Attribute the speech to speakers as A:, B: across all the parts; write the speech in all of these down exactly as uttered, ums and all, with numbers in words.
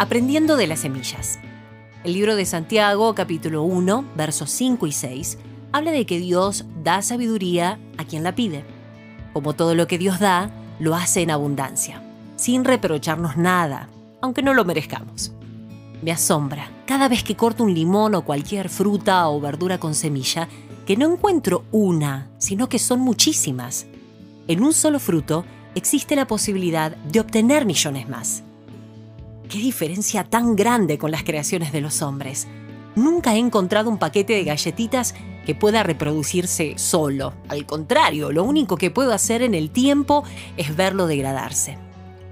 A: Aprendiendo de las semillas. El libro de Santiago, capítulo uno, versos cinco y seis, habla de que Dios da sabiduría a quien la pide. Como todo lo que Dios da, lo hace en abundancia, sin reprocharnos nada, aunque no lo merezcamos. Me asombra, cada vez que corto un limón o cualquier fruta o verdura con semilla, que no encuentro una, sino que son muchísimas. En un solo fruto existe la posibilidad de obtener millones más. ¡Qué diferencia tan grande con las creaciones de los hombres! Nunca he encontrado un paquete de galletitas que pueda reproducirse solo. Al contrario, lo único que puedo hacer en el tiempo es verlo degradarse.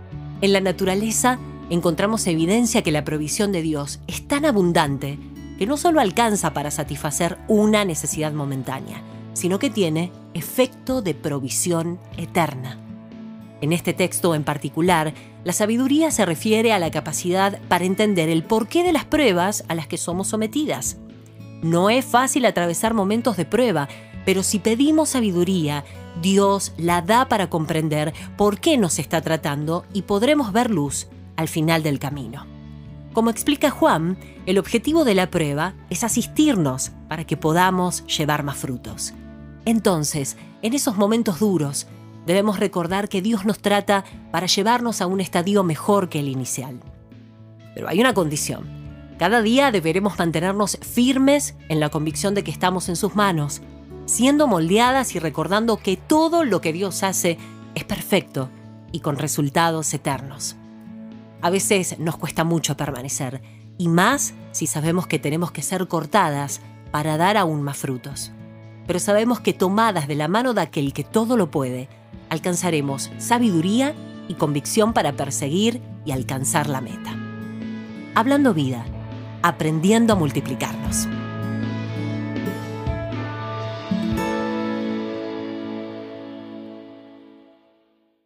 A: En la naturaleza encontramos evidencia que la provisión de Dios es tan abundante que no solo alcanza para satisfacer una necesidad momentánea, sino que tiene efecto de provisión eterna. En este texto en particular, la sabiduría se refiere a la capacidad para entender el porqué de las pruebas a las que somos sometidas. No es fácil atravesar momentos de prueba, pero si pedimos sabiduría, Dios la da para comprender por qué nos está tratando y podremos ver luz al final del camino. Como explica Juan, el objetivo de la prueba es asistirnos para que podamos llevar más frutos. Entonces, en esos momentos duros, debemos recordar que Dios nos trata para llevarnos a un estadio mejor que el inicial. Pero hay una condición. Cada día deberemos mantenernos firmes en la convicción de que estamos en sus manos, siendo moldeadas y recordando que todo lo que Dios hace es perfecto y con resultados eternos. A veces nos cuesta mucho permanecer, y más si sabemos que tenemos que ser cortadas para dar aún más frutos. Pero sabemos que tomadas de la mano de aquel que todo lo puede, alcanzaremos sabiduría y convicción para perseguir y alcanzar la meta. Hablando vida, aprendiendo a multiplicarnos.